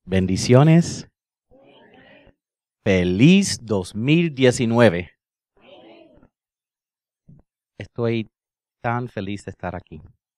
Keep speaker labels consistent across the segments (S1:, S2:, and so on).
S1: Bendiciones. Feliz 2019. Estoy tan feliz de estar aquí.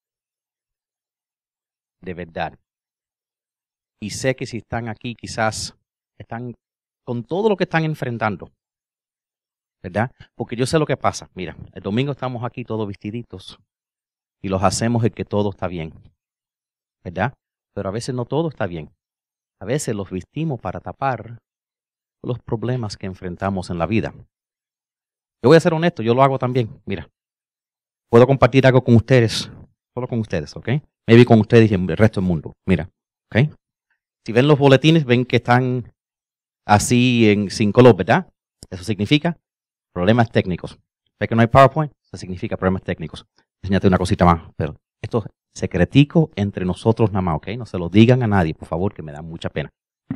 S1: De verdad. Y sé que si están aquí, quizás están con todo lo que están enfrentando. ¿Verdad? Porque yo sé lo que pasa. Mira, el domingo estamos aquí todos vestiditos y los hacemos el que todo está bien. ¿Verdad? Pero a veces no todo está bien. A veces los vestimos para tapar los problemas que enfrentamos en la vida. Yo voy a ser honesto, yo lo hago también. Mira, puedo compartir algo con ustedes, solo con ustedes, ¿ok? Maybe con ustedes y el resto del mundo. Mira, ¿ok? Si ven los boletines, ven que están así sin color, ¿verdad? Eso significa problemas técnicos. ¿Ve que no hay PowerPoint? Eso significa problemas técnicos. Enséñate una cosita más, pero esto es secretico entre nosotros nada más, ¿ok? No se lo digan a nadie, por favor, que me da mucha pena.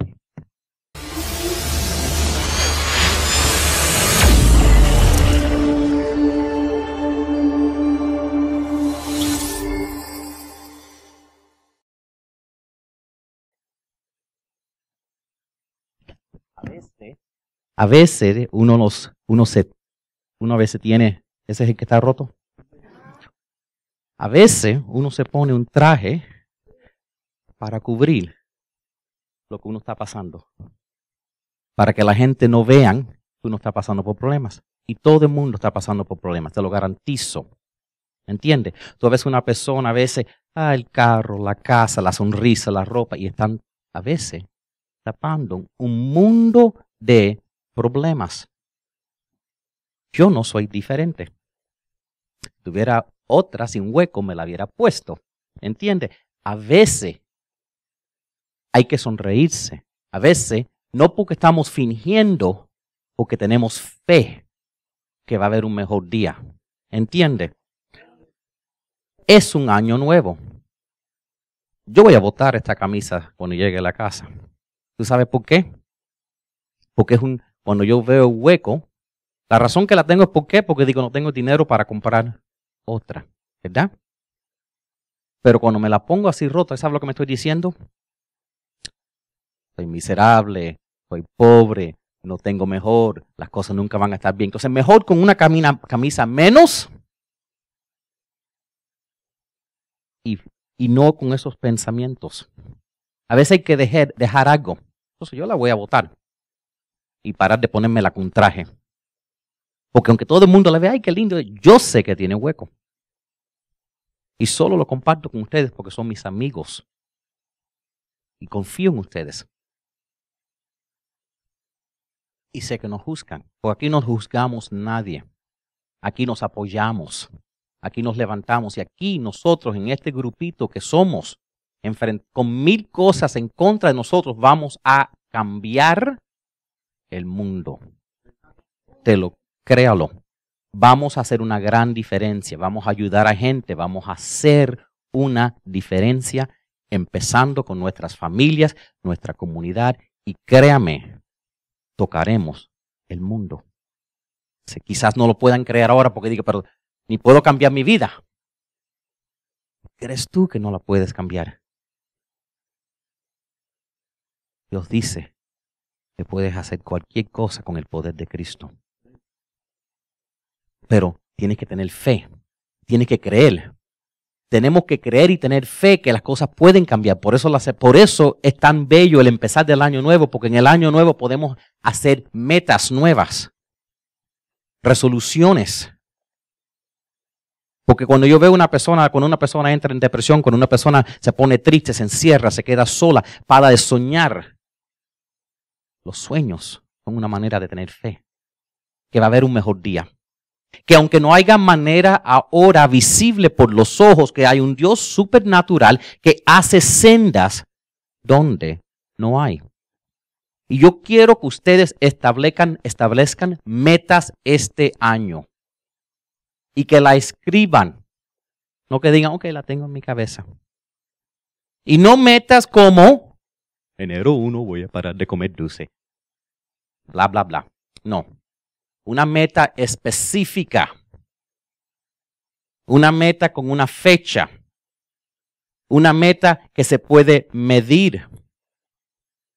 S1: A veces uno a veces tiene, ese es el que está roto. A veces uno se pone un traje para cubrir lo que uno está pasando. Para que la gente no vean que uno está pasando por problemas. Y todo el mundo está pasando por problemas, te lo garantizo. ¿Entiendes? Tú ves una persona, a veces, el carro, la casa, la sonrisa, la ropa, y están a veces tapando un mundo de problemas. Yo no soy diferente. Si tuviera otra sin hueco, me la hubiera puesto. ¿Entiendes? A veces hay que sonreírse. A veces, no porque estamos fingiendo, porque tenemos fe que va a haber un mejor día. ¿Entiendes? Es un año nuevo. Yo voy a botar esta camisa cuando llegue a la casa. ¿Tú sabes por qué? Porque cuando yo veo hueco, la razón que la tengo es porque digo no tengo dinero para comprar otra, ¿verdad? Pero cuando me la pongo así rota, ¿sabes lo que me estoy diciendo? Soy miserable, soy pobre, no tengo mejor, las cosas nunca van a estar bien. Entonces mejor con una camisa menos y no con esos pensamientos. A veces hay que dejar algo. Entonces yo la voy a botar y parar de ponérmela con traje. Porque aunque todo el mundo la vea, ¡ay, qué lindo! Yo sé que tiene hueco. Y solo lo comparto con ustedes porque son mis amigos. Y confío en ustedes. Y sé que nos juzgan. Porque aquí no juzgamos nadie. Aquí nos apoyamos. Aquí nos levantamos. Y aquí nosotros, en este grupito que somos, con 1000 cosas en contra de nosotros, vamos a cambiar el mundo. Créalo. Vamos a hacer una gran diferencia. Vamos a ayudar a gente. Vamos a hacer una diferencia empezando con nuestras familias, nuestra comunidad. Y créame, tocaremos el mundo. Quizás no lo puedan creer ahora porque digo, pero ni puedo cambiar mi vida. ¿Crees tú que no la puedes cambiar? Dios dice que puedes hacer cualquier cosa con el poder de Cristo. Pero tienes que tener fe, tienes que creer. Tenemos que creer y tener fe que las cosas pueden cambiar. Por eso es tan bello el empezar del año nuevo, porque en el año nuevo podemos hacer metas nuevas, resoluciones. Porque cuando yo veo cuando una persona entra en depresión, cuando una persona se pone triste, se encierra, se queda sola, para de soñar. Los sueños son una manera de tener fe, que va a haber un mejor día. Que aunque no haya manera ahora visible por los ojos, que hay un Dios supernatural que hace sendas donde no hay. Y yo quiero que ustedes establezcan metas este año. Y que la escriban. No que digan, ok, la tengo en mi cabeza. Y no metas como, enero 1 voy a parar de comer dulce. Bla, bla, bla. No. Una meta específica. Una meta con una fecha. Una meta que se puede medir.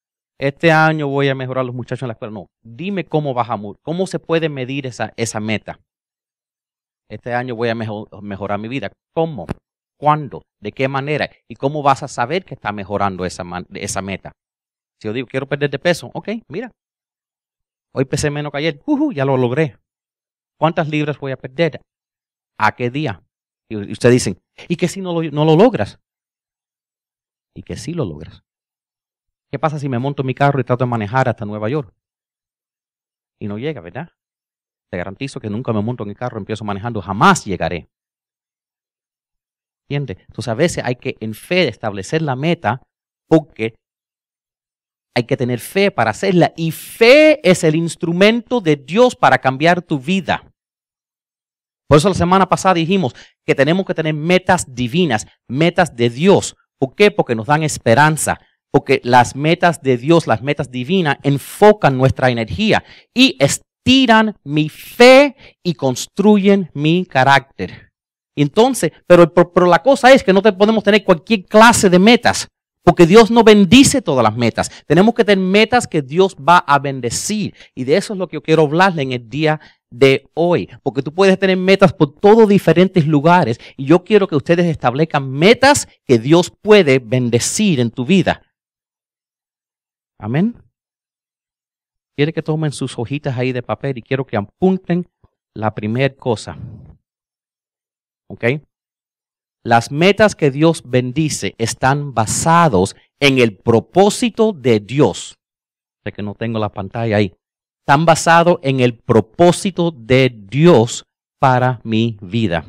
S1: este año voy a mejorar a los muchachos en la escuela. No, dime cómo cómo se puede medir esa meta. Este año voy a mejorar mi vida. ¿Cómo? ¿Cuándo? ¿De qué manera? ¿Y cómo vas a saber que está mejorando esa meta? Si yo digo, quiero perder de peso, ok, mira. Hoy pesé menos que ayer. Ya lo logré. ¿Cuántas libras voy a perder? ¿A qué día? Y ustedes dicen, ¿y qué si no lo logras? ¿Y que sí lo logras? ¿Qué pasa si me monto en mi carro y trato de manejar hasta Nueva York? Y no llega, ¿verdad? Te garantizo que nunca me monto en el carro, empiezo manejando, jamás llegaré. ¿Entiendes? Entonces a veces hay que en fe establecer la meta porque hay que tener fe para hacerla. Y fe es el instrumento de Dios para cambiar tu vida. Por eso la semana pasada dijimos que tenemos que tener metas divinas, metas de Dios. ¿Por qué? Porque nos dan esperanza. Porque las metas de Dios, las metas divinas, enfocan nuestra energía y estiran mi fe y construyen mi carácter. Entonces, pero la cosa es que no podemos tener cualquier clase de metas. Porque Dios no bendice todas las metas. Tenemos que tener metas que Dios va a bendecir. Y de eso es lo que yo quiero hablarle en el día de hoy. Porque tú puedes tener metas por todos diferentes lugares. Y yo quiero que ustedes establezcan metas que Dios puede bendecir en tu vida. Amén. Quiero que tomen sus hojitas ahí de papel y quiero que apunten la primera cosa. ¿Ok? Las metas que Dios bendice están basados en el propósito de Dios. Sé que no tengo la pantalla ahí. Están basados en el propósito de Dios para mi vida.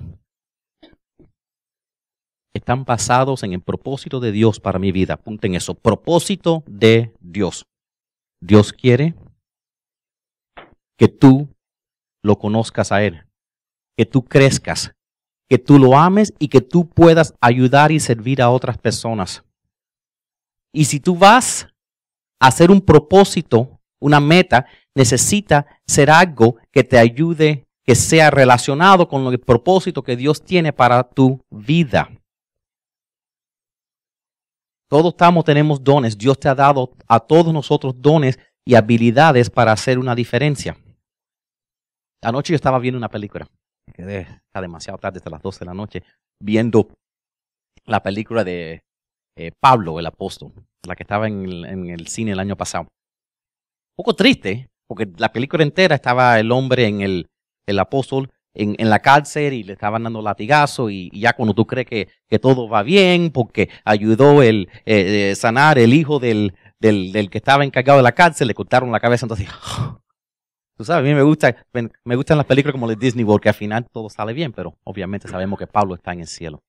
S1: Están basados en el propósito de Dios para mi vida. Apunten eso. Propósito de Dios. Dios quiere que tú lo conozcas a Él. Que tú crezcas. Que tú lo ames y que tú puedas ayudar y servir a otras personas. Y si tú vas a hacer un propósito, una meta, necesita ser algo que te ayude, que sea relacionado con el propósito que Dios tiene para tu vida. Todos tenemos dones. Dios te ha dado a todos nosotros dones y habilidades para hacer una diferencia. Anoche yo estaba viendo una película. Quedé hasta demasiado tarde, hasta las 12 de la noche, viendo la película de Pablo, el apóstol, la que estaba en el cine el año pasado. Un poco triste, porque la película entera estaba el hombre el apóstol en la cárcel y le estaban dando latigazo y ya cuando tú crees que todo va bien, porque ayudó sanar el hijo del que estaba encargado de la cárcel, le cortaron la cabeza, entonces... Tú sabes, a mí me gustan las películas como de Disney World, que al final todo sale bien, pero obviamente sabemos que Pablo está en el cielo.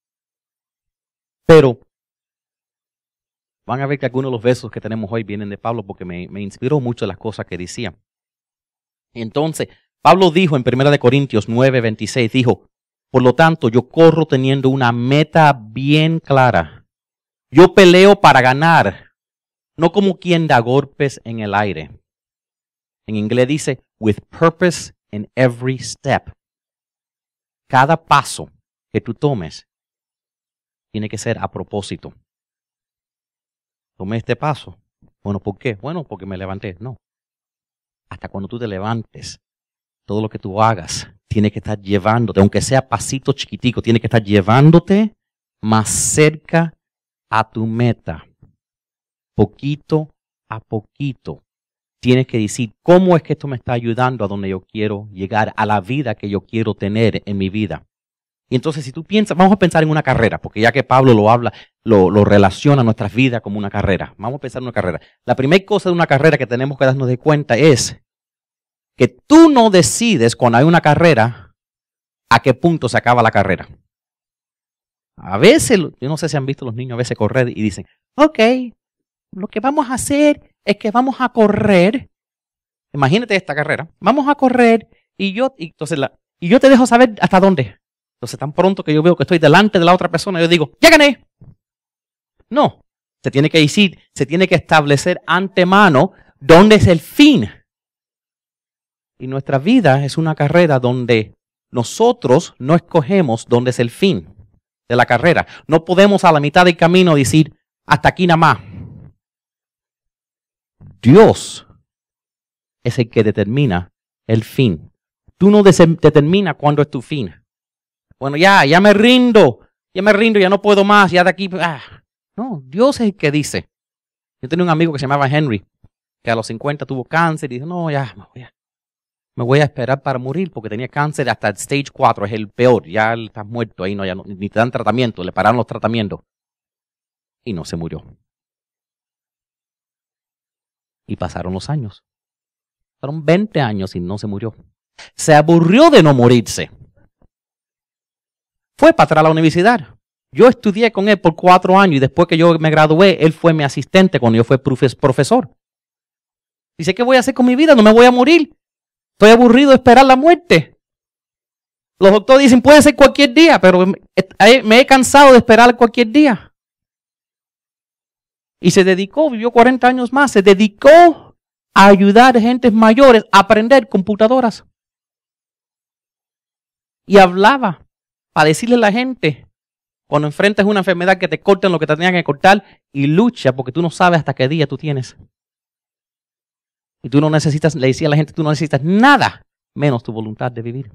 S1: Pero van a ver que algunos de los versos que tenemos hoy vienen de Pablo porque me inspiró mucho las cosas que decía. Entonces, Pablo dijo en 1 Corintios 9:26, dijo, por lo tanto, yo corro teniendo una meta bien clara. Yo peleo para ganar, no como quien da golpes en el aire. En inglés dice, with purpose in every step. Cada paso que tú tomes tiene que ser a propósito. Tomé este paso. Bueno, ¿por qué? Bueno, porque me levanté. No. Hasta cuando tú te levantes, todo lo que tú hagas tiene que estar llevándote, aunque sea pasito chiquitico, tiene que estar llevándote más cerca a tu meta. Poquito a poquito. Tienes que decir, ¿cómo es que esto me está ayudando a donde yo quiero llegar, a la vida que yo quiero tener en mi vida? Y entonces si tú piensas, vamos a pensar en una carrera, porque ya que Pablo lo habla, lo relaciona a nuestras vidas como una carrera. Vamos a pensar en una carrera. La primera cosa de una carrera que tenemos que darnos de cuenta es que tú no decides cuando hay una carrera a qué punto se acaba la carrera. A veces, yo no sé si han visto los niños a veces correr y dicen, ok, lo que vamos a hacer es que vamos a correr. Imagínate esta carrera. Vamos a correr y yo te dejo saber hasta dónde. Entonces tan pronto que yo veo que estoy delante de la otra persona, yo digo, ¡ya gané! No. Se tiene que decir, se tiene que establecer antemano dónde es el fin. Y nuestra vida es una carrera donde nosotros no escogemos dónde es el fin de la carrera. No podemos a la mitad del camino decir, hasta aquí nada más. Dios es el que determina el fin. Tú no determinas cuándo es tu fin. Bueno, ya me rindo, ya no puedo más, ya de aquí. No, Dios es el que dice. Yo tenía un amigo que se llamaba Henry, que a los 50 tuvo cáncer y dijo, no, ya me voy a esperar para morir porque tenía cáncer hasta el stage 4, es el peor, ya estás muerto ahí, ya no, ni te dan tratamiento, le pararon los tratamientos y no se murió. Y pasaron los años. Pasaron 20 años y no se murió. Se aburrió de no morirse. Fue para atrás a la universidad. Yo estudié con él por 4 años y después que yo me gradué, él fue mi asistente cuando yo fui profesor. Dice, ¿qué voy a hacer con mi vida? No me voy a morir. Estoy aburrido de esperar la muerte. Los doctores dicen, puede ser cualquier día, pero me he cansado de esperar cualquier día. Y se dedicó, vivió 40 años más, se dedicó a ayudar a gentes mayores a aprender computadoras. Y hablaba para decirle a la gente, cuando enfrentas una enfermedad que te corten lo que te tenían que cortar, y lucha porque tú no sabes hasta qué día tú tienes. Y tú no necesitas, le decía a la gente, tú no necesitas nada menos tu voluntad de vivir.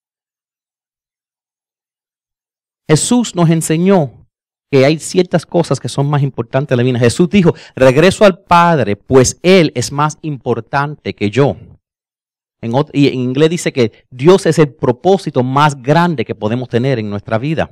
S1: Jesús nos enseñó que hay ciertas cosas que son más importantes en la vida. Jesús dijo, regreso al Padre, pues Él es más importante que yo. Y en inglés dice que Dios es el propósito más grande que podemos tener en nuestra vida.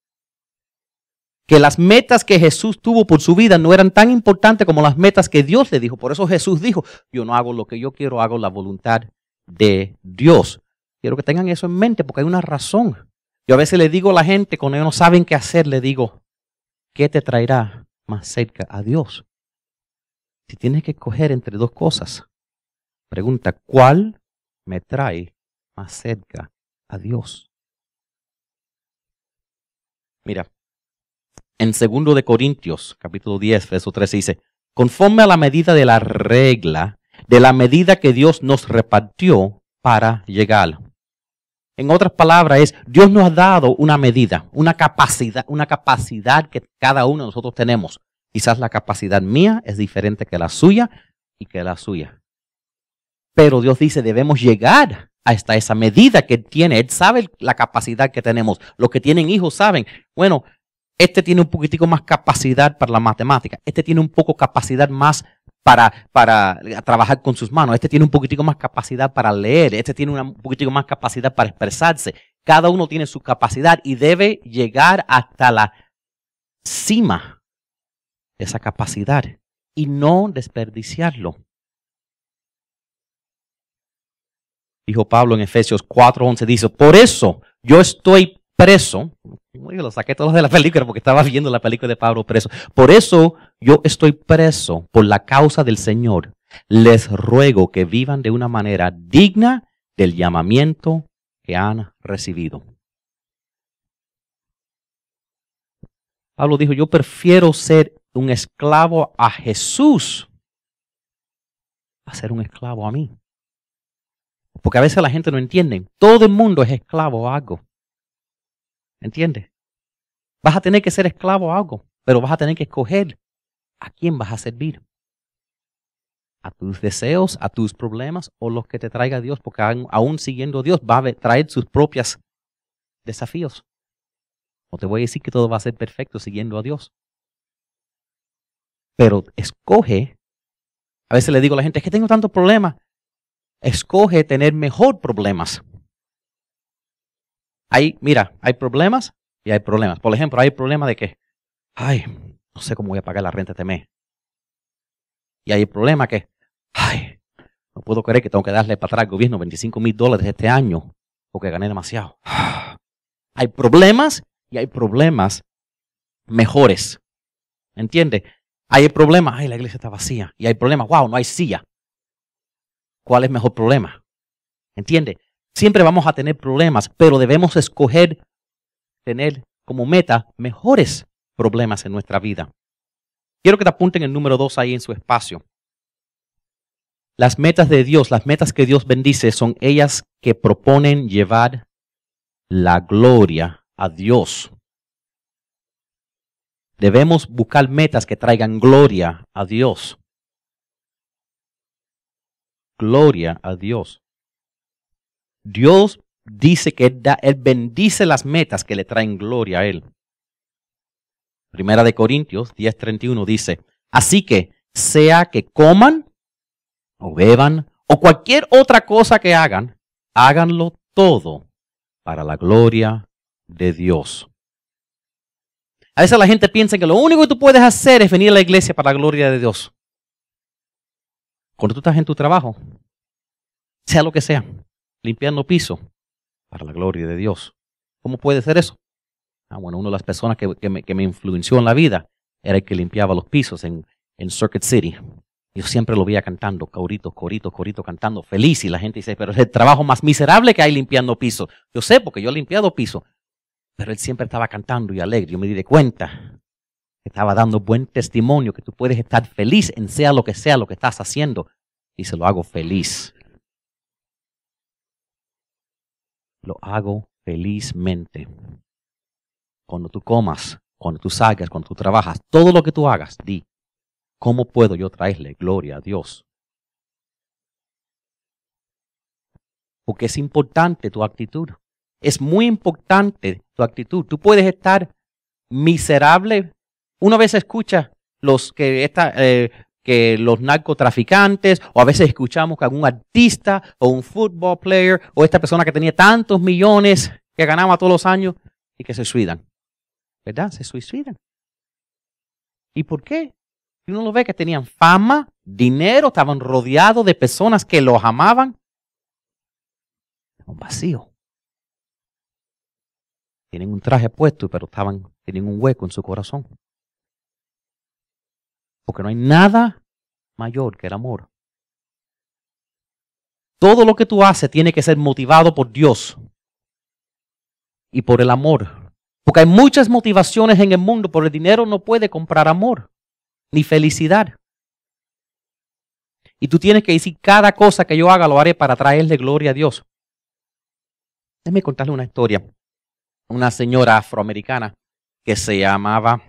S1: Que las metas que Jesús tuvo por su vida no eran tan importantes como las metas que Dios le dijo. Por eso Jesús dijo, yo no hago lo que yo quiero, hago la voluntad de Dios. Quiero que tengan eso en mente porque hay una razón. Yo a veces le digo a la gente, cuando ellos no saben qué hacer, le digo, ¿qué te traerá más cerca a Dios? Si tienes que escoger entre dos cosas, pregunta, ¿cuál me trae más cerca a Dios? Mira. En 2 de Corintios, capítulo 10, verso 13 dice, conforme a la medida de la regla, de la medida que Dios nos repartió para llegar. En otras palabras, Dios nos ha dado una medida, una capacidad que cada uno de nosotros tenemos. Quizás la capacidad mía es diferente que la suya y que la suya. Pero Dios dice, debemos llegar hasta esa medida que Él tiene. Él sabe la capacidad que tenemos. Los que tienen hijos saben, bueno, este tiene un poquitico más capacidad para la matemática. Este tiene un poco capacidad más para trabajar con sus manos. Este tiene un poquitico más capacidad para leer. Este tiene un poquitico más capacidad para expresarse. Cada uno tiene su capacidad y debe llegar hasta la cima de esa capacidad y no desperdiciarlo. Dijo Pablo en Efesios 4:11, dice, por eso yo estoy preso. Lo saqué todos de la película porque estaba viendo la película de Pablo preso. Por eso yo estoy preso por la causa del Señor. Les ruego que vivan de una manera digna del llamamiento que han recibido. Pablo dijo, yo prefiero ser un esclavo a Jesús a ser un esclavo a mí. Porque a veces la gente no entiende. Todo el mundo es esclavo a algo. ¿Entiendes? Vas a tener que ser esclavo a algo, pero vas a tener que escoger a quién vas a servir. A tus deseos, a tus problemas o los que te traiga Dios, porque aún siguiendo a Dios va a traer sus propios desafíos. No te voy a decir que todo va a ser perfecto siguiendo a Dios. Pero escoge, a veces le digo a la gente, es que tengo tantos problemas. Escoge tener mejor problemas. Hay problemas y hay problemas. Por ejemplo, hay el problema de que, no sé cómo voy a pagar la renta este mes. Y hay el problema que, no puedo creer que tengo que darle para atrás al gobierno $25,000 este año porque gané demasiado. Hay problemas y hay problemas mejores. ¿Entiendes? Hay el problema, la iglesia está vacía. Y hay problemas, no hay silla. ¿Cuál es el mejor problema? ¿Entiendes? Siempre vamos a tener problemas, pero debemos escoger tener como meta mejores problemas en nuestra vida. Quiero que te apunten el número 2 ahí en su espacio. Las metas de Dios, las metas que Dios bendice, son ellas que proponen llevar la gloria a Dios. Debemos buscar metas que traigan gloria a Dios. gloria a Dios. Dios dice que Él bendice las metas que le traen gloria a Él. Primera de Corintios 10:31 dice, así que sea que coman o beban o cualquier otra cosa que hagan, háganlo todo para la gloria de Dios. A veces la gente piensa que lo único que tú puedes hacer es venir a la iglesia para la gloria de Dios. Cuando tú estás en tu trabajo, sea lo que sea, limpiando piso, para la gloria de Dios. ¿Cómo puede ser eso? Bueno, una de las personas que me influenció en la vida era el que limpiaba los pisos en Circuit City. Yo siempre lo veía cantando, corito, cantando, feliz. Y la gente dice, pero es el trabajo más miserable que hay limpiando piso. Yo sé, porque yo he limpiado piso. Pero él siempre estaba cantando y alegre. Yo me di de cuenta que estaba dando buen testimonio, que tú puedes estar feliz en sea lo que estás haciendo. Y se lo hago feliz. Lo hago felizmente. Cuando tú comas, cuando tú salgas, cuando tú trabajas, todo lo que tú hagas, di, ¿cómo puedo yo traerle gloria a Dios? Porque es importante tu actitud. Es muy importante tu actitud. Tú puedes estar miserable. Una vez escucha que los narcotraficantes, o a veces escuchamos que algún artista o un football player o esta persona que tenía tantos millones que ganaba todos los años y que se suicidan. ¿Verdad? Se suicidan. ¿Y por qué? Uno lo ve que tenían fama, dinero, estaban rodeados de personas que los amaban. Un vacío. Tienen un traje puesto, pero tenían un hueco en su corazón. Porque no hay nada mayor que el amor. Todo lo que tú haces tiene que ser motivado por Dios y por el amor. Porque hay muchas motivaciones en el mundo, pero el dinero no puede comprar amor ni felicidad. Y tú tienes que decir, cada cosa que yo haga lo haré para traerle gloria a Dios. Déjame contarle una historia. Una señora afroamericana que se llamaba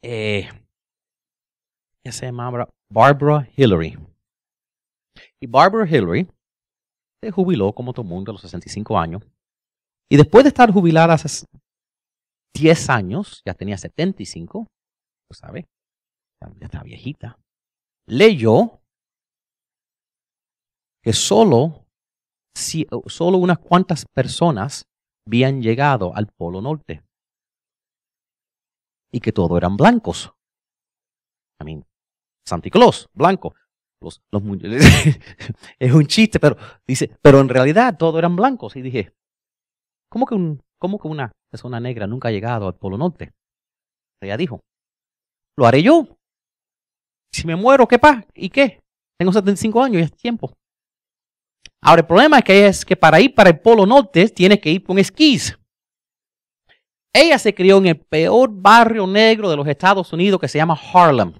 S1: Barbara Hillary. Y Barbara Hillary se jubiló como todo el mundo a los 65 años. Y después de estar jubilada hace 10 años, ya tenía 75, tú sabes, ya estaba viejita, leyó que solo unas cuantas personas habían llegado al Polo Norte y que todos eran blancos. Santa Claus, blanco. Es un chiste, pero en realidad todos eran blancos. Y dije, ¿cómo que una persona negra nunca ha llegado al Polo Norte? Ella dijo, lo haré yo. Si me muero, ¿qué pasa? ¿Y qué? Tengo 75 años y es tiempo. Ahora, el problema es que para ir para el Polo Norte tienes que ir con esquís. Ella se crió en el peor barrio negro de los Estados Unidos que se llama Harlem.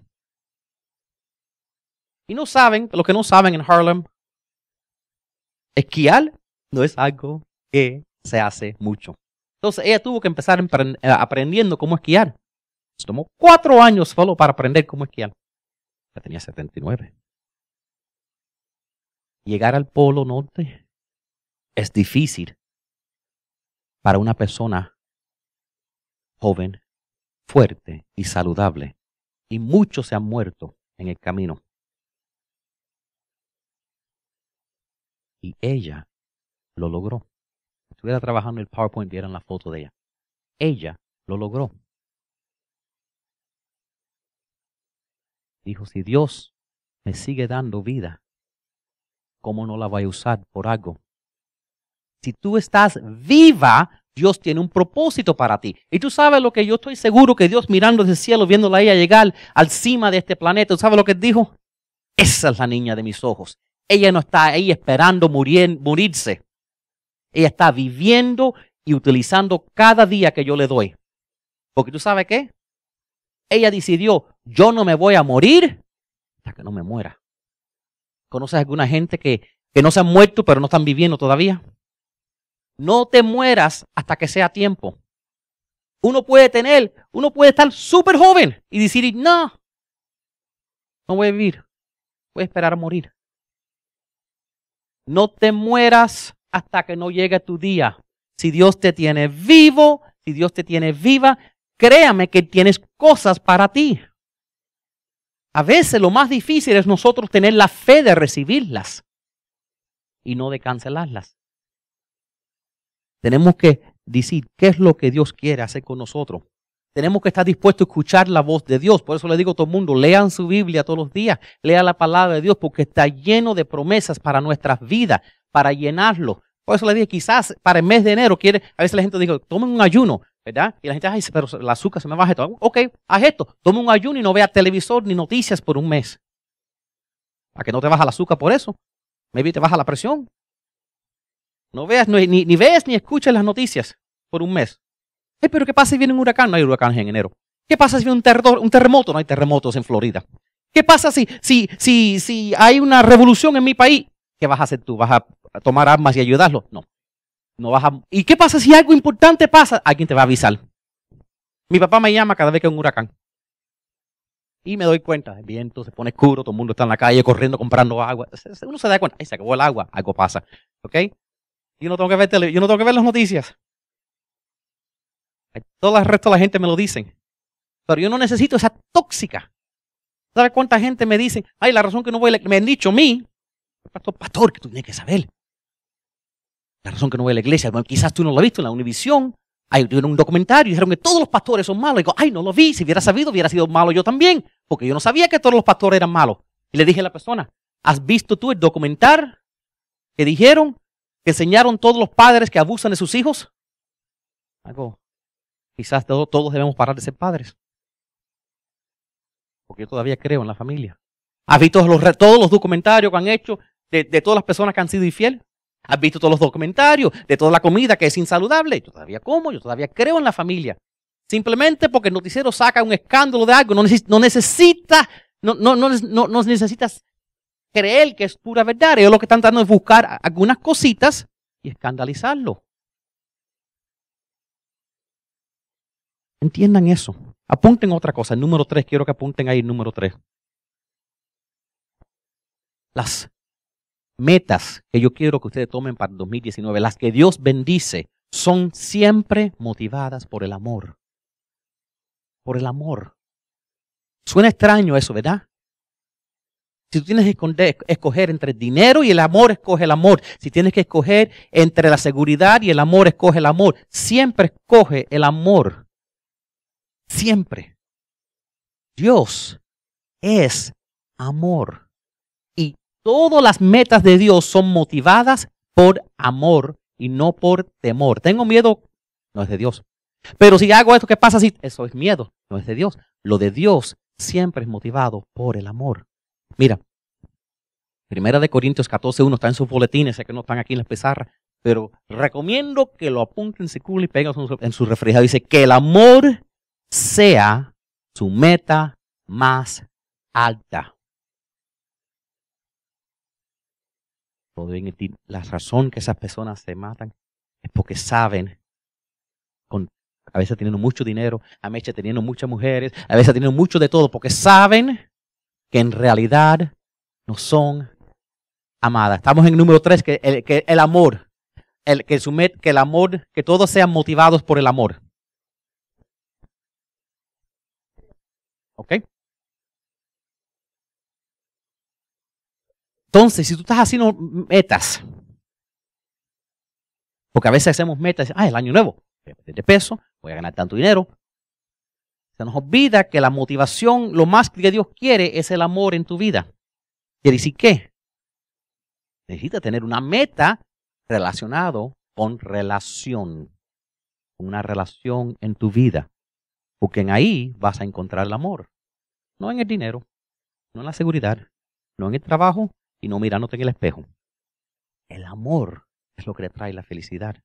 S1: Y los que no saben en Harlem, esquiar no es algo que se hace mucho. Entonces ella tuvo que empezar aprendiendo cómo esquiar. Se tomó 4 años solo para aprender cómo esquiar. Ya tenía 79. Llegar al Polo Norte es difícil para una persona joven, fuerte y saludable. Y muchos se han muerto en el camino. Y ella lo logró. Si estuviera trabajando en el PowerPoint, vieran la foto de ella. Ella lo logró. Dijo, si Dios me sigue dando vida, ¿cómo no la voy a usar por algo? Si tú estás viva, Dios tiene un propósito para ti. Y tú sabes lo que yo estoy seguro que Dios mirando desde el cielo, viéndola a ella llegar al cima de este planeta, ¿tú sabes lo que dijo? Esa es la niña de mis ojos. Ella no está ahí esperando morirse. Ella está viviendo y utilizando cada día que yo le doy. Porque tú sabes qué? Ella decidió, yo no me voy a morir hasta que no me muera. ¿Conoces alguna gente que no se han muerto pero no están viviendo todavía? No te mueras hasta que sea tiempo. Uno puede estar súper joven y decir, no voy a vivir, voy a esperar a morir. No te mueras hasta que no llegue tu día. Si Dios te tiene vivo, si Dios te tiene viva, créame que tienes cosas para ti. A veces lo más difícil es nosotros tener la fe de recibirlas y no de cancelarlas. Tenemos que decir qué es lo que Dios quiere hacer con nosotros. Tenemos que estar dispuestos a escuchar la voz de Dios. Por eso le digo a todo el mundo, lean su Biblia todos los días. Lean la palabra de Dios porque está lleno de promesas para nuestras vidas, para llenarlo. Por eso le dije, quizás para el mes de enero, a veces la gente dice, tomen un ayuno, ¿verdad? Y la gente dice, pero el azúcar se me baja esto. Ok, haz esto. Toma un ayuno y no vea televisor ni noticias por un mes. Para que no te baja el azúcar por eso. Maybe te baja la presión. No veas, ni veas ni escuches las noticias por un mes. Pero ¿qué pasa si viene un huracán? No hay huracanes en enero. ¿Qué pasa si viene un terremoto? No hay terremotos en Florida. ¿Qué pasa si hay una revolución en mi país? ¿Qué vas a hacer tú? ¿Vas a tomar armas y ayudarlo? No. No vas a... ¿Y qué pasa si algo importante pasa? Alguien te va a avisar. Mi papá me llama cada vez que hay un huracán. Y me doy cuenta, el viento se pone oscuro, todo el mundo está en la calle corriendo, comprando agua. Uno se da cuenta, ay, se acabó el agua, algo pasa. ¿Ok? Yo no tengo que ver las noticias. Todo el resto de la gente me lo dicen. Pero yo no necesito esa tóxica. ¿Sabes cuánta gente me dice? Ay, la razón que no voy a la iglesia, me han dicho a mí, pastor, que tú tienes que saber. La razón que no voy a la iglesia, bueno, quizás tú no lo has visto en la Univisión. Hay un documentario, dijeron que todos los pastores son malos. Y digo, ay, no lo vi, si hubiera sabido, hubiera sido malo yo también. Porque yo no sabía que todos los pastores eran malos. Y le dije a la persona, ¿has visto tú el documental que dijeron, que enseñaron todos los padres que abusan de sus hijos? Algo. Quizás todos debemos parar de ser padres. Porque yo todavía creo en la familia. ¿Has visto todos los documentarios que han hecho de todas las personas que han sido infieles? ¿Has visto todos los documentarios de toda la comida que es insaludable? Yo todavía como, yo todavía creo en la familia. Simplemente porque el noticiero saca un escándalo de algo, no necesitas creer que es pura verdad. Ellos lo que están tratando es buscar algunas cositas y escandalizarlo. Entiendan eso. Apunten otra cosa. El número 3. Quiero que apunten ahí el número 3. Las metas que yo quiero que ustedes tomen para el 2019, las que Dios bendice, son siempre motivadas por el amor. Por el amor. Suena extraño eso, ¿verdad? Si tú tienes que escoger entre el dinero y el amor, escoge el amor. Si tienes que escoger entre la seguridad y el amor, escoge el amor. Siempre escoge el amor. Siempre. Dios es amor. Y todas las metas de Dios son motivadas por amor y no por temor. Tengo miedo, no es de Dios. Pero si hago esto, ¿qué pasa si? Eso es miedo, no es de Dios. Lo de Dios siempre es motivado por el amor. Mira, 1 Corintios 14:1 está en sus boletines, sé que no están aquí en las pizarras, pero recomiendo que lo apunten, circulen y peguen en su refrigerador. Dice que el amor sea su meta más alta. La razón que esas personas se matan es porque saben, a veces teniendo mucho dinero, a veces teniendo muchas mujeres, a veces teniendo mucho de todo, porque saben que en realidad no son amadas. Estamos en el número 3, que el amor, que el amor, que todos sean motivados por el amor. ¿Ok? Entonces, si tú estás haciendo metas, porque a veces hacemos metas, el año nuevo, voy a perder de peso, voy a ganar tanto dinero. Se nos olvida que la motivación, lo más que Dios quiere es el amor en tu vida. ¿Quiere decir qué? Necesitas tener una meta relacionada con relación. Una relación en tu vida. Porque en ahí vas a encontrar el amor. No en el dinero, no en la seguridad, no en el trabajo y no mirándote en el espejo. El amor es lo que te trae la felicidad.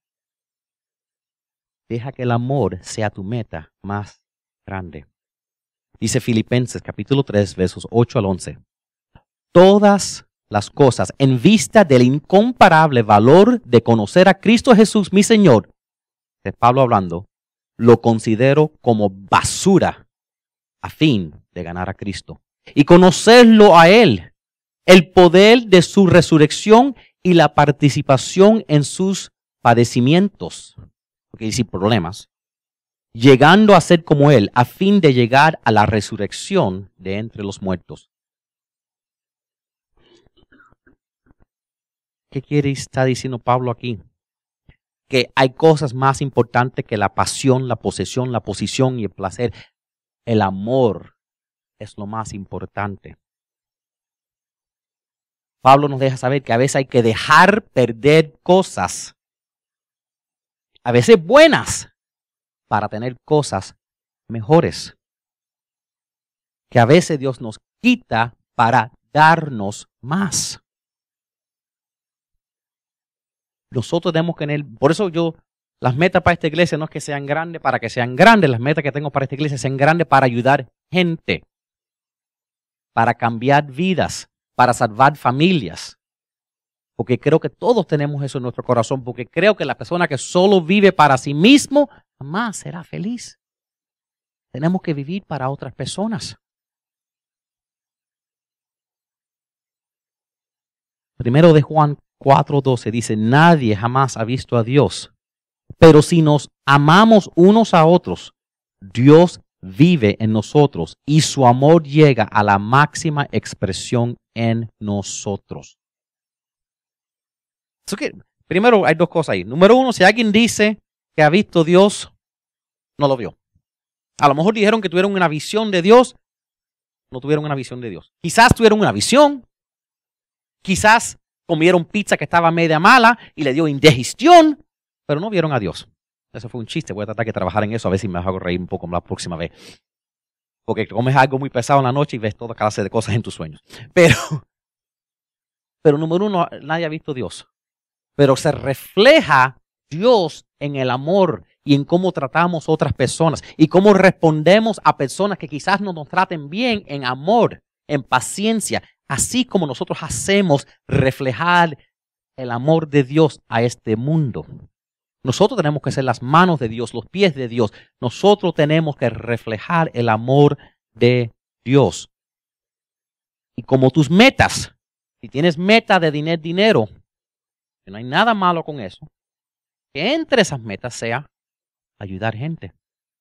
S1: Deja que el amor sea tu meta más grande. Dice Filipenses capítulo 3, versos 8 al 11. Todas las cosas en vista del incomparable valor de conocer a Cristo Jesús, mi Señor, es Pablo hablando, lo considero como basura a fin de ganar a Cristo y conocerlo a Él, el poder de su resurrección y la participación en sus padecimientos, porque decir problemas, llegando a ser como Él, a fin de llegar a la resurrección de entre los muertos. ¿Qué está diciendo Pablo aquí? Que hay cosas más importantes que la pasión, la posesión, la posición y el placer. El amor es lo más importante. Pablo nos deja saber que a veces hay que dejar perder cosas, a veces buenas, para tener cosas mejores. Que a veces Dios nos quita para darnos más. Nosotros tenemos que tener, por eso las metas para esta iglesia no es que sean grandes para que sean grandes, las metas que tengo para esta iglesia sean grandes para ayudar gente, para cambiar vidas, para salvar familias. Porque creo que todos tenemos eso en nuestro corazón, porque creo que la persona que solo vive para sí mismo jamás será feliz. Tenemos que vivir para otras personas. Primero de Juan 4:12 dice, nadie jamás ha visto a Dios, pero si nos amamos unos a otros, Dios vive en nosotros y su amor llega a la máxima expresión en nosotros. Primero hay dos cosas ahí. Número uno, si alguien dice que ha visto a Dios, no lo vio. A lo mejor dijeron que tuvieron una visión de Dios, no tuvieron una visión de Dios. Quizás tuvieron una visión, quizás comieron pizza que estaba media mala y le dio indigestión, pero no vieron a Dios. Eso fue un chiste, voy a tratar de trabajar en eso, a ver si me hago reír un poco la próxima vez. Porque comes algo muy pesado en la noche y ves toda clase de cosas en tus sueños. Pero número uno, nadie ha visto a Dios. Pero se refleja Dios en el amor y en cómo tratamos a otras personas y cómo respondemos a personas que quizás no nos traten bien en amor, en paciencia, así como nosotros hacemos reflejar el amor de Dios a este mundo. Nosotros tenemos que ser las manos de Dios, los pies de Dios. Nosotros tenemos que reflejar el amor de Dios. Y como tus metas, si tienes meta de dinero, que no hay nada malo con eso, que entre esas metas sea ayudar gente.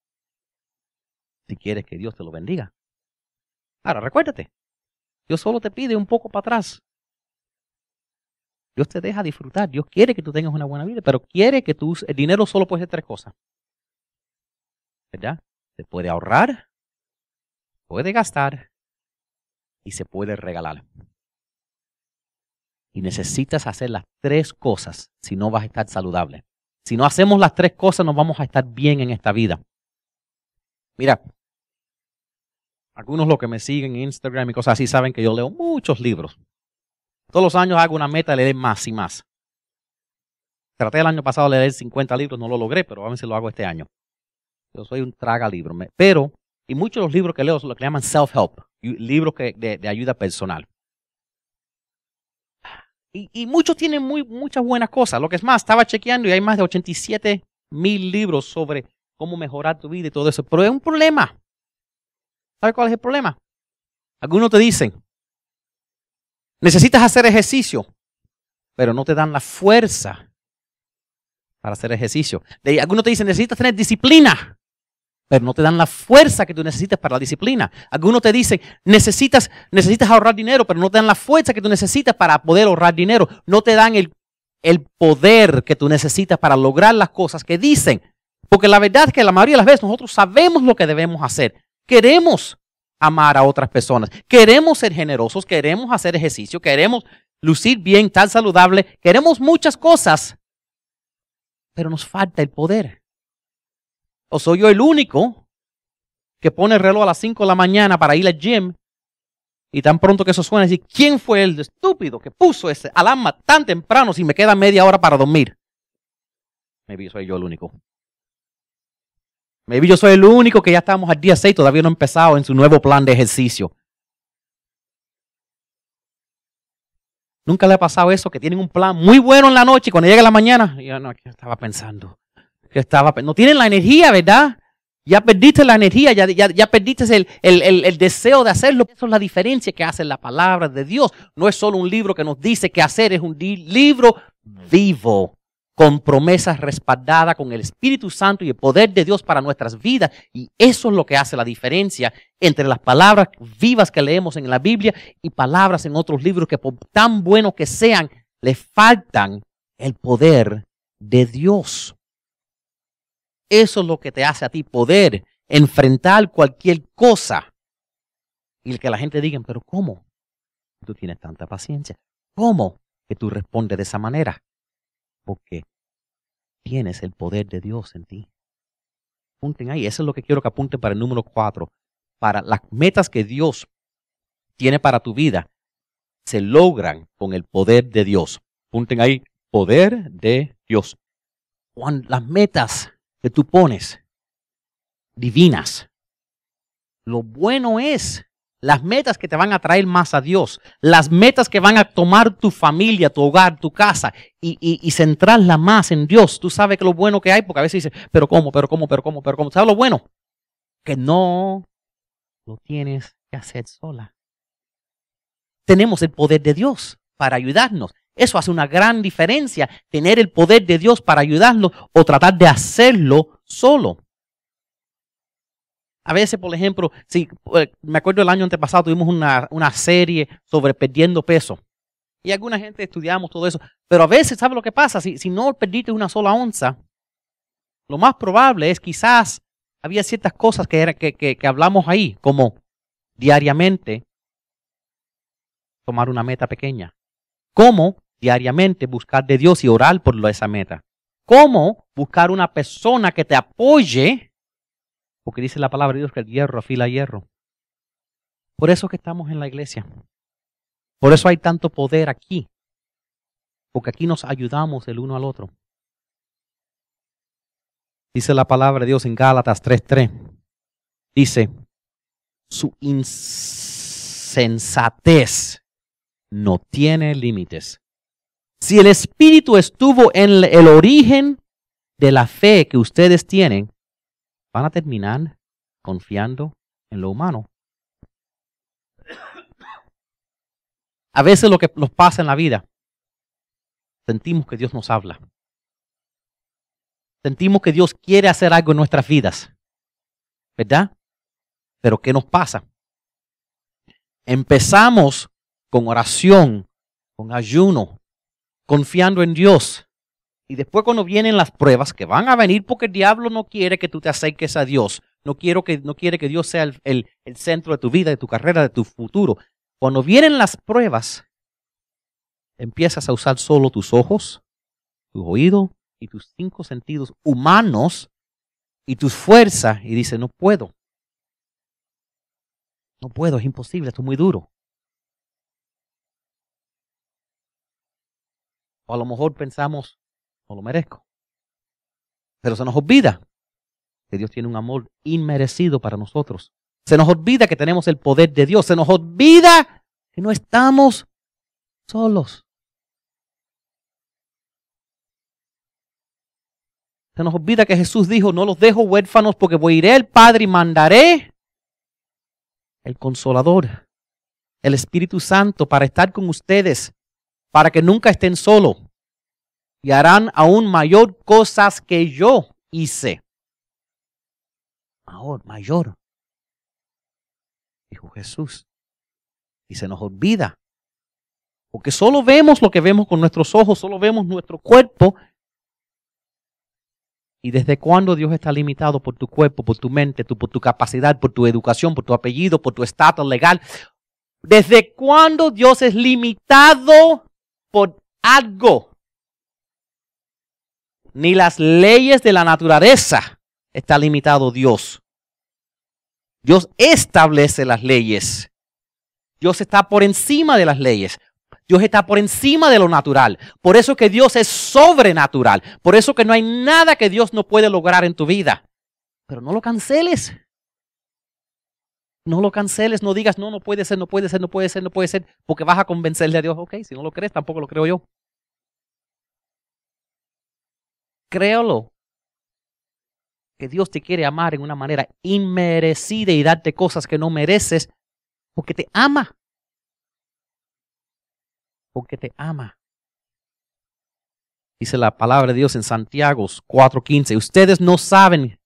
S1: Si quieres que Dios te lo bendiga. Ahora, recuérdate, Dios solo te pide un poco para atrás. Dios te deja disfrutar. Dios quiere que tú tengas una buena vida, pero quiere que el dinero solo puede ser tres cosas. ¿Verdad? Se puede ahorrar, puede gastar y se puede regalar. Y necesitas hacer las tres cosas si no vas a estar saludable. Si no hacemos las tres cosas, no vamos a estar bien en esta vida. Mira, algunos los que me siguen en Instagram y cosas así saben que yo leo muchos libros. Todos los años hago una meta de leer más y más. Traté el año pasado de leer 50 libros, no lo logré, pero a ver si lo hago este año. Yo soy un traga libro. Y muchos de los libros que leo son lo que llaman self-help, libros de ayuda personal. Y muchos tienen muchas buenas cosas. Lo que es más, estaba chequeando y hay más de 87,000 libros sobre cómo mejorar tu vida y todo eso. Pero es un problema. ¿Sabes cuál es el problema? Algunos te dicen, necesitas hacer ejercicio, pero no te dan la fuerza para hacer ejercicio. Algunos te dicen, necesitas tener disciplina, pero no te dan la fuerza que tú necesitas para la disciplina. Algunos te dicen, necesitas ahorrar dinero, pero no te dan la fuerza que tú necesitas para poder ahorrar dinero. No te dan el poder que tú necesitas para lograr las cosas que dicen. Porque la verdad es que la mayoría de las veces nosotros sabemos lo que debemos hacer. Queremos amar a otras personas, queremos ser generosos, queremos hacer ejercicio, queremos lucir bien, estar saludable, queremos muchas cosas, pero nos falta el poder. ¿O soy yo el único que pone el reloj a las 5 de la mañana para ir al gym y tan pronto que eso suena decir, ¿quién fue el estúpido que puso ese alarma tan temprano si me queda media hora para dormir? Maybe soy yo el único. Maybe yo soy el único que ya estamos al día 6, todavía no ha empezado en su nuevo plan de ejercicio. ¿Nunca le ha pasado eso? Que tienen un plan muy bueno en la noche y cuando llega la mañana, yo no, ¿qué estaba pensando? No tienen la energía, ¿verdad? Ya perdiste la energía, ya perdiste el deseo de hacerlo. Eso es la diferencia que hace la palabra de Dios. No es solo un libro que nos dice qué hacer, es un libro vivo, con promesas respaldadas con el Espíritu Santo y el poder de Dios para nuestras vidas. Y eso es lo que hace la diferencia entre las palabras vivas que leemos en la Biblia y palabras en otros libros que por tan buenos que sean, le faltan el poder de Dios. Eso es lo que te hace a ti poder enfrentar cualquier cosa. Y que la gente diga, pero ¿cómo tú tienes tanta paciencia? ¿Cómo que tú respondes de esa manera? Porque tienes el poder de Dios en ti. Apunten ahí, eso es lo que quiero que apunten para el número 4. Para las metas que Dios tiene para tu vida, se logran con el poder de Dios. Apunten ahí, poder de Dios. Cuando las metas que tú pones, divinas, lo bueno es las metas que te van a traer más a Dios, las metas que van a tomar tu familia, tu hogar, tu casa y centrarla más en Dios. Tú sabes que lo bueno que hay, porque a veces dices, pero ¿cómo? ¿Sabes lo bueno? Que no lo tienes que hacer sola. Tenemos el poder de Dios para ayudarnos. Eso hace una gran diferencia, tener el poder de Dios para ayudarnos o tratar de hacerlo solo. A veces, por ejemplo, me acuerdo el año antepasado tuvimos una serie sobre perdiendo peso. Y alguna gente estudiamos todo eso. Pero a veces, ¿sabe lo que pasa? Si no perdiste una sola onza, lo más probable es quizás había ciertas cosas que hablamos ahí, como diariamente tomar una meta pequeña. Cómo diariamente buscar de Dios y orar por esa meta. Cómo buscar una persona que te apoye. Porque dice la palabra de Dios que el hierro afila hierro. Por eso que estamos en la iglesia. Por eso hay tanto poder aquí. Porque aquí nos ayudamos el uno al otro. Dice la palabra de Dios en Gálatas 3:3. Dice, su insensatez no tiene límites. Si el Espíritu estuvo en el origen de la fe que ustedes tienen, van a terminar confiando en lo humano. A veces lo que nos pasa en la vida, sentimos que Dios nos habla. Sentimos que Dios quiere hacer algo en nuestras vidas, ¿verdad? Pero ¿qué nos pasa? Empezamos con oración, con ayuno, confiando en Dios. Y después cuando vienen las pruebas, que van a venir porque el diablo no quiere que tú te acerques a Dios. No quiere que Dios sea el centro de tu vida, de tu carrera, de tu futuro. Cuando vienen las pruebas, empiezas a usar solo tus ojos, tus oídos y tus 5 sentidos humanos y tus fuerzas. Y dices, no puedo. No puedo, es imposible, esto es muy duro. O a lo mejor pensamos, no lo merezco. Pero se nos olvida que Dios tiene un amor inmerecido para nosotros. Se nos olvida que tenemos el poder de Dios. Se nos olvida que no estamos solos. Se nos olvida que Jesús dijo, no los dejo huérfanos porque iré al Padre y mandaré el Consolador, el Espíritu Santo para estar con ustedes, para que nunca estén solos. Y harán aún mayor cosas que yo hice. Mayor, dijo Jesús. Y se nos olvida. Porque solo vemos lo que vemos con nuestros ojos, solo vemos nuestro cuerpo. ¿Y desde cuándo Dios está limitado por tu cuerpo, por tu mente, por tu capacidad, por tu educación, por tu apellido, por tu estatus legal? ¿Desde cuándo Dios es limitado por algo? Ni las leyes de la naturaleza está limitado Dios. Dios establece las leyes. Dios está por encima de las leyes. Dios está por encima de lo natural. Por eso que Dios es sobrenatural. Por eso que no hay nada que Dios no puede lograr en tu vida. Pero no lo canceles. No lo canceles, no digas, no puede ser, porque vas a convencerle a Dios. Ok, si no lo crees, tampoco lo creo yo. Créalo. que Dios te quiere amar en una manera inmerecida y darte cosas que no mereces porque te ama. Porque te ama. Dice la palabra de Dios en Santiago 4:15. Ustedes no saben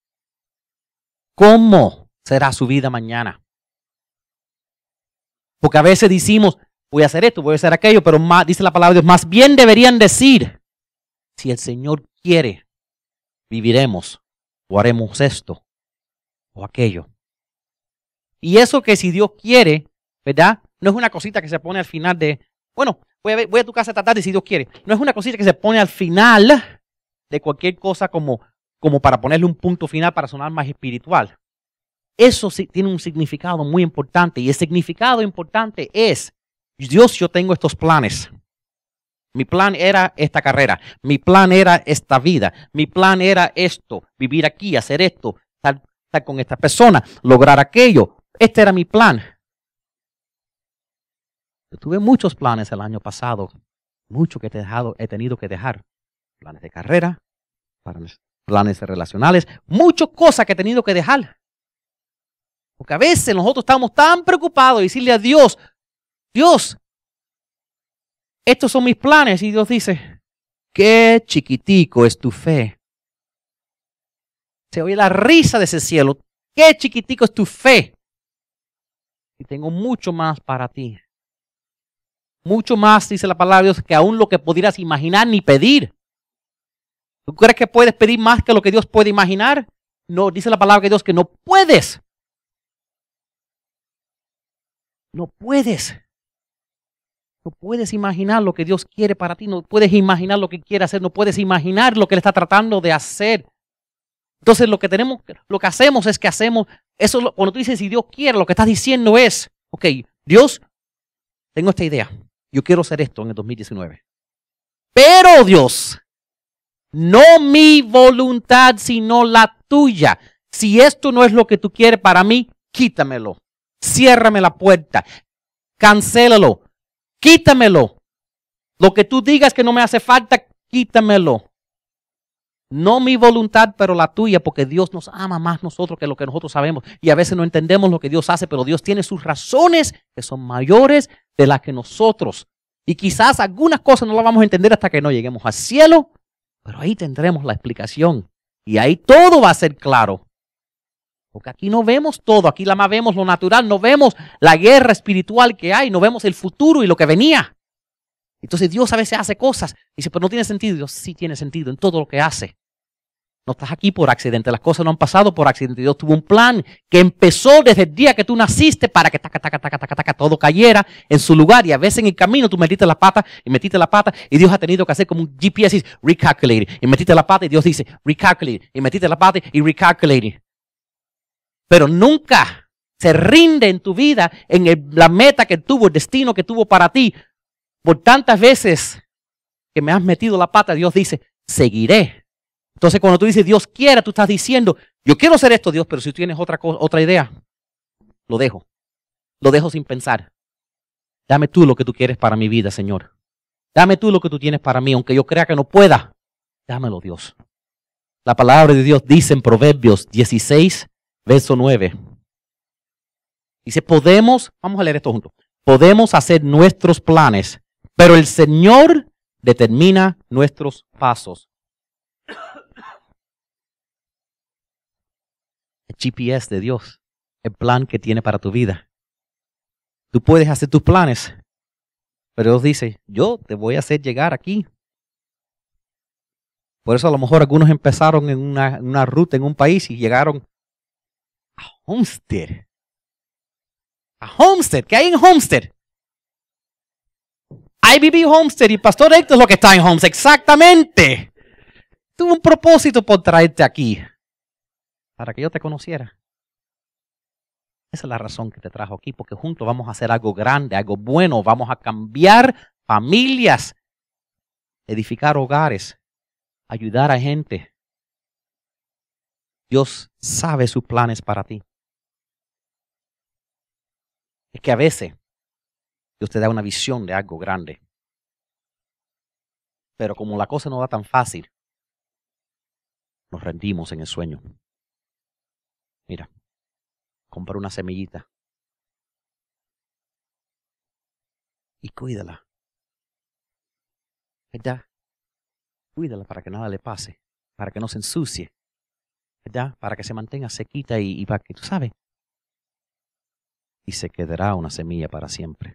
S1: cómo será su vida mañana. Porque a veces decimos, voy a hacer esto, voy a hacer aquello, pero más, dice la palabra de Dios, más bien deberían decir, si el Señor quiere, viviremos o haremos esto o aquello. Y eso que si Dios quiere, ¿verdad? No es una cosita que se pone al final de, bueno, voy a tu casa esta tarde si Dios quiere. No es una cosita que se pone al final de cualquier cosa como para ponerle un punto final para sonar más espiritual. Eso sí tiene un significado muy importante y el significado importante es, Dios, yo tengo estos planes. Mi plan era esta carrera, mi plan era esta vida, mi plan era esto, vivir aquí, hacer esto, estar con esta persona, lograr aquello. Este era mi plan. Yo tuve muchos planes el año pasado, mucho que he tenido que dejar. Planes de carrera, planes relacionales, muchas cosas que he tenido que dejar. Porque a veces nosotros estamos tan preocupados de decirle a Dios, Dios, estos son mis planes. Y Dios dice, qué chiquitico es tu fe. Se oye la risa de ese cielo. Qué chiquitico es tu fe. Y tengo mucho más para ti. Mucho más, dice la palabra de Dios, que aún lo que pudieras imaginar ni pedir. ¿Tú crees que puedes pedir más que lo que Dios puede imaginar? No, dice la palabra de Dios que no puedes. No puedes. No puedes imaginar lo que Dios quiere para ti. No puedes imaginar lo que quiere hacer. No puedes imaginar lo que Él está tratando de hacer. Entonces lo que hacemos es que hacemos, eso cuando tú dices si Dios quiere, lo que estás diciendo es, ok, Dios, tengo esta idea. Yo quiero hacer esto en el 2019. Pero Dios, no mi voluntad, sino la tuya. Si esto no es lo que tú quieres para mí, quítamelo. Ciérrame la puerta. Cancélalo. Quítamelo. Lo que tú digas que no me hace falta, quítamelo. No mi voluntad, pero la tuya, porque Dios nos ama más nosotros que lo que nosotros sabemos. Y a veces no entendemos lo que Dios hace, pero Dios tiene sus razones que son mayores de las que nosotros. Y quizás algunas cosas no las vamos a entender hasta que no lleguemos al cielo, pero ahí tendremos la explicación. Y ahí todo va a ser claro. Porque aquí no vemos todo, aquí la más vemos lo natural, no vemos la guerra espiritual que hay, no vemos el futuro y lo que venía. Entonces Dios a veces hace cosas y dice, pero no tiene sentido. Dios sí tiene sentido en todo lo que hace. No estás aquí por accidente, las cosas no han pasado por accidente. Dios tuvo un plan que empezó desde el día que tú naciste para que todo cayera en su lugar. Y a veces en el camino tú metiste la pata y Dios ha tenido que hacer como un GPS, dice, recalculate. Y metiste la pata y Dios dice, recalculate. Y metiste la pata y recalculate. Pero nunca se rinde en tu vida en la meta que tuvo, el destino que tuvo para ti. Por tantas veces que me has metido la pata, Dios dice, seguiré. Entonces cuando tú dices, Dios quiera, tú estás diciendo, yo quiero hacer esto, Dios, pero si tú tienes otra idea, lo dejo. Lo dejo sin pensar. Dame tú lo que tú quieres para mi vida, Señor. Dame tú lo que tú tienes para mí, aunque yo crea que no pueda. Dámelo, Dios. La palabra de Dios dice en Proverbios 16, verso 9. Dice, vamos a leer esto juntos. Podemos hacer nuestros planes, pero el Señor determina nuestros pasos. El GPS de Dios, el plan que tiene para tu vida. Tú puedes hacer tus planes, pero Dios dice, yo te voy a hacer llegar aquí. Por eso a lo mejor algunos empezaron en una ruta en un país y llegaron a Homestead. A Homestead, ¿qué hay en Homestead? IBB Homestead y Pastor Héctor es lo que está en Homestead, exactamente. Tuvo un propósito por traerte aquí, para que yo te conociera. Esa es la razón que te trajo aquí, porque juntos vamos a hacer algo grande, algo bueno. Vamos a cambiar familias, edificar hogares, ayudar a gente. Dios sabe sus planes para ti. Es que a veces Dios te da una visión de algo grande. Pero como la cosa no va tan fácil, nos rendimos en el sueño. Mira, compra una semillita y cuídala. ¿Verdad? Cuídala para que nada le pase, para que no se ensucie, ¿verdad? Para que se mantenga sequita y para que, tú sabes, y se quedará una semilla para siempre.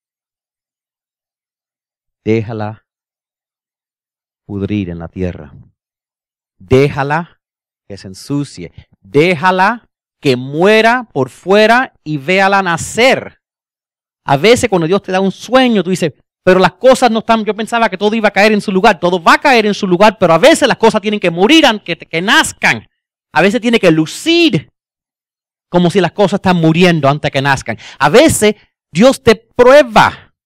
S1: Déjala pudrir en la tierra. Déjala que se ensucie. Déjala que muera por fuera y véala nacer. A veces cuando Dios te da un sueño, tú dices, pero las cosas no están, yo pensaba que todo iba a caer en su lugar. Todo va a caer en su lugar, pero a veces las cosas tienen que morir antes que nazcan. A veces tiene que lucir como si las cosas están muriendo antes que nazcan. A veces Dios te prueba.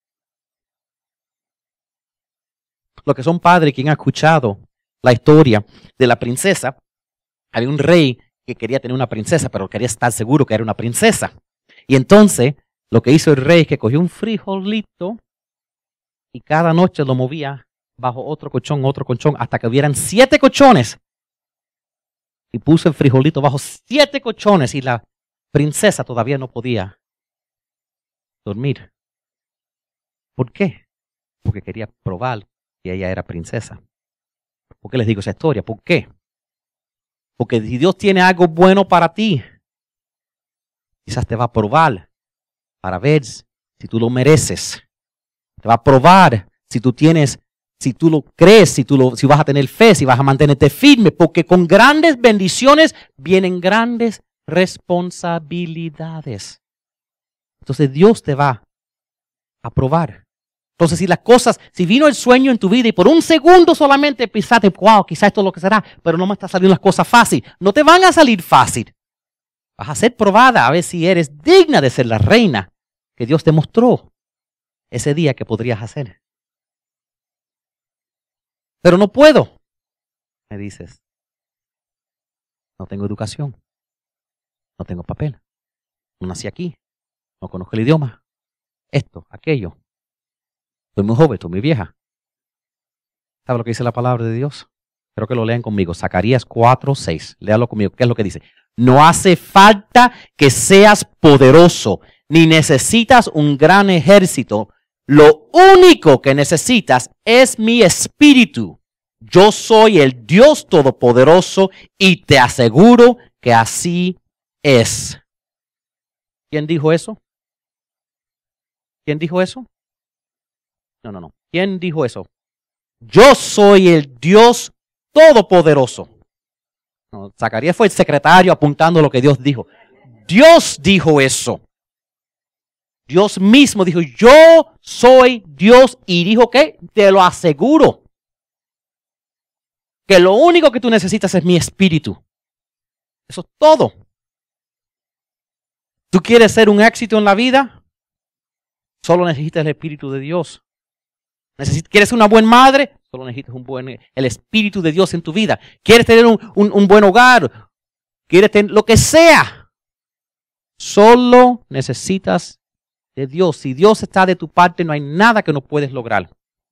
S1: Los que son padres, quien ha escuchado la historia de la princesa, había un rey que quería tener una princesa, pero quería estar seguro que era una princesa. Y entonces, lo que hizo el rey es que cogió un frijolito y cada noche lo movía bajo otro colchón, hasta que hubieran 7 colchones. Y puso el frijolito bajo 7 colchones y la princesa todavía no podía dormir. ¿Por qué? Porque quería probar que ella era princesa. ¿Por qué les digo esa historia? ¿Por qué? Porque si Dios tiene algo bueno para ti, quizás te va a probar para ver si tú lo mereces. Te va a probar si tú tienes, si tú lo crees, si vas a tener fe, si vas a mantenerte firme, porque con grandes bendiciones vienen grandes responsabilidades. Entonces Dios te va a probar. Entonces si vino el sueño en tu vida y por un segundo solamente pensaste, wow, quizás esto es lo que será, pero no me están saliendo las cosas fácil. No te van a salir fácil. Vas a ser probada a ver si eres digna de ser la reina que Dios te mostró ese día que podrías hacer. Pero no puedo, me dices. No tengo educación. No tengo papel. No nací aquí. No conozco el idioma. Esto, aquello. Estoy muy joven, estoy muy vieja. ¿Sabe lo que dice la palabra de Dios? Creo que lo lean conmigo. Zacarías 4:6. Léalo conmigo. ¿Qué es lo que dice? No hace falta que seas poderoso, ni necesitas un gran ejército. Lo único que necesitas es mi espíritu. Yo soy el Dios Todopoderoso y te aseguro que así es. ¿Quién dijo eso? ¿Quién dijo eso? No. ¿Quién dijo eso? Yo soy el Dios Todopoderoso. No, Zacarías fue el secretario apuntando lo que Dios dijo. Dios dijo eso. Dios mismo dijo, yo soy Dios, y dijo que te lo aseguro, que lo único que tú necesitas es mi espíritu. Eso es todo. ¿Tú quieres ser un éxito en la vida? Solo necesitas el espíritu de Dios. ¿Quieres ser una buena madre? Solo necesitas el espíritu de Dios en tu vida. ¿Quieres tener un buen hogar? ¿Quieres tener lo que sea? Solo necesitas de Dios. Si Dios está de tu parte, no hay nada que no puedes lograr.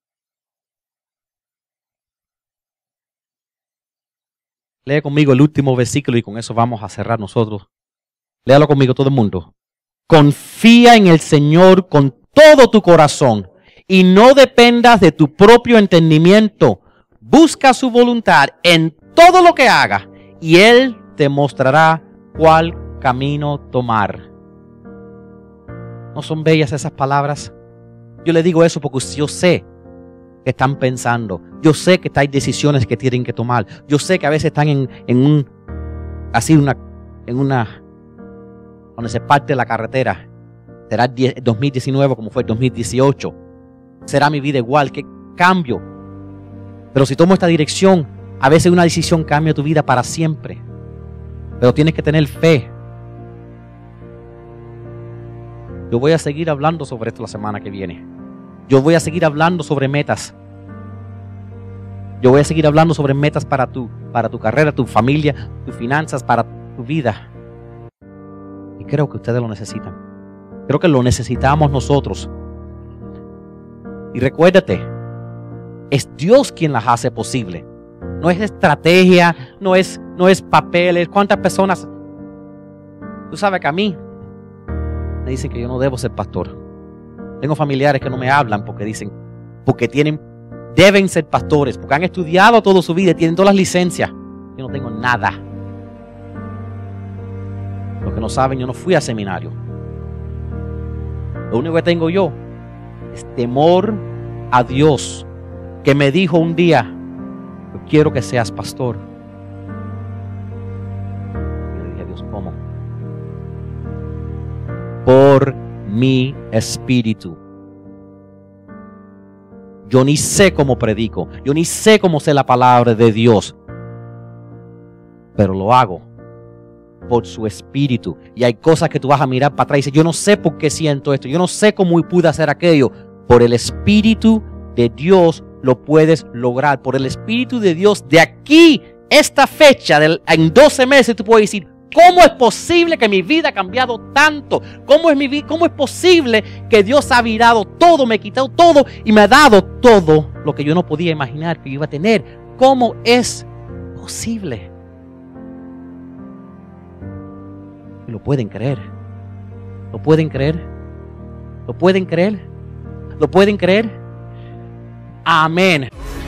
S1: Lee conmigo el último versículo y con eso vamos a cerrar nosotros. Léalo conmigo todo el mundo. Confía en el Señor con todo tu corazón y no dependas de tu propio entendimiento. Busca su voluntad en todo lo que hagas y Él te mostrará cuál camino tomar. ¿No son bellas esas palabras? Yo le digo eso porque yo sé que están pensando. Yo sé que hay decisiones que tienen que tomar. Yo sé que a veces están donde se parte la carretera. Será el 2019 como fue el 2018. Será mi vida igual. ¿Qué cambio? Pero si tomo esta dirección, a veces una decisión cambia tu vida para siempre. Pero tienes que tener fe. Yo voy a seguir hablando sobre esto la semana que viene. Yo voy a seguir hablando sobre metas. Yo voy a seguir hablando sobre metas para tu carrera, tu familia, tus finanzas, para tu vida. Y creo que ustedes lo necesitan. Creo que lo necesitamos nosotros. Y recuérdate, es Dios quien las hace posible. No es estrategia, no es papeles. ¿Cuántas personas Tú sabes que a mí me dicen que yo no debo ser pastor. Tengo familiares que no me hablan porque deben ser pastores, porque han estudiado toda su vida y tienen todas las licencias. Yo no tengo nada. Los que no saben, yo no fui a seminario. Lo único que tengo yo es temor a Dios, que me dijo un día: yo quiero que seas pastor. Y le dije a Dios: ¿cómo? Por mi espíritu. Yo ni sé cómo predico, yo ni sé cómo sé la palabra de Dios, pero lo hago por su espíritu. Y hay cosas que tú vas a mirar para atrás y dices: yo no sé por qué siento esto, yo no sé cómo pude hacer aquello. Por el espíritu de Dios lo puedes lograr. Por el espíritu de Dios, de aquí, esta fecha, en 12 meses, tú puedes decir: ¿cómo es posible que mi vida ha cambiado tanto? ¿Cómo es posible que Dios ha virado todo, me ha quitado todo y me ha dado todo lo que yo no podía imaginar que yo iba a tener? ¿Cómo es posible? Y lo pueden creer. ¿Lo pueden creer? ¿Lo pueden creer? ¿Lo pueden creer? Amén.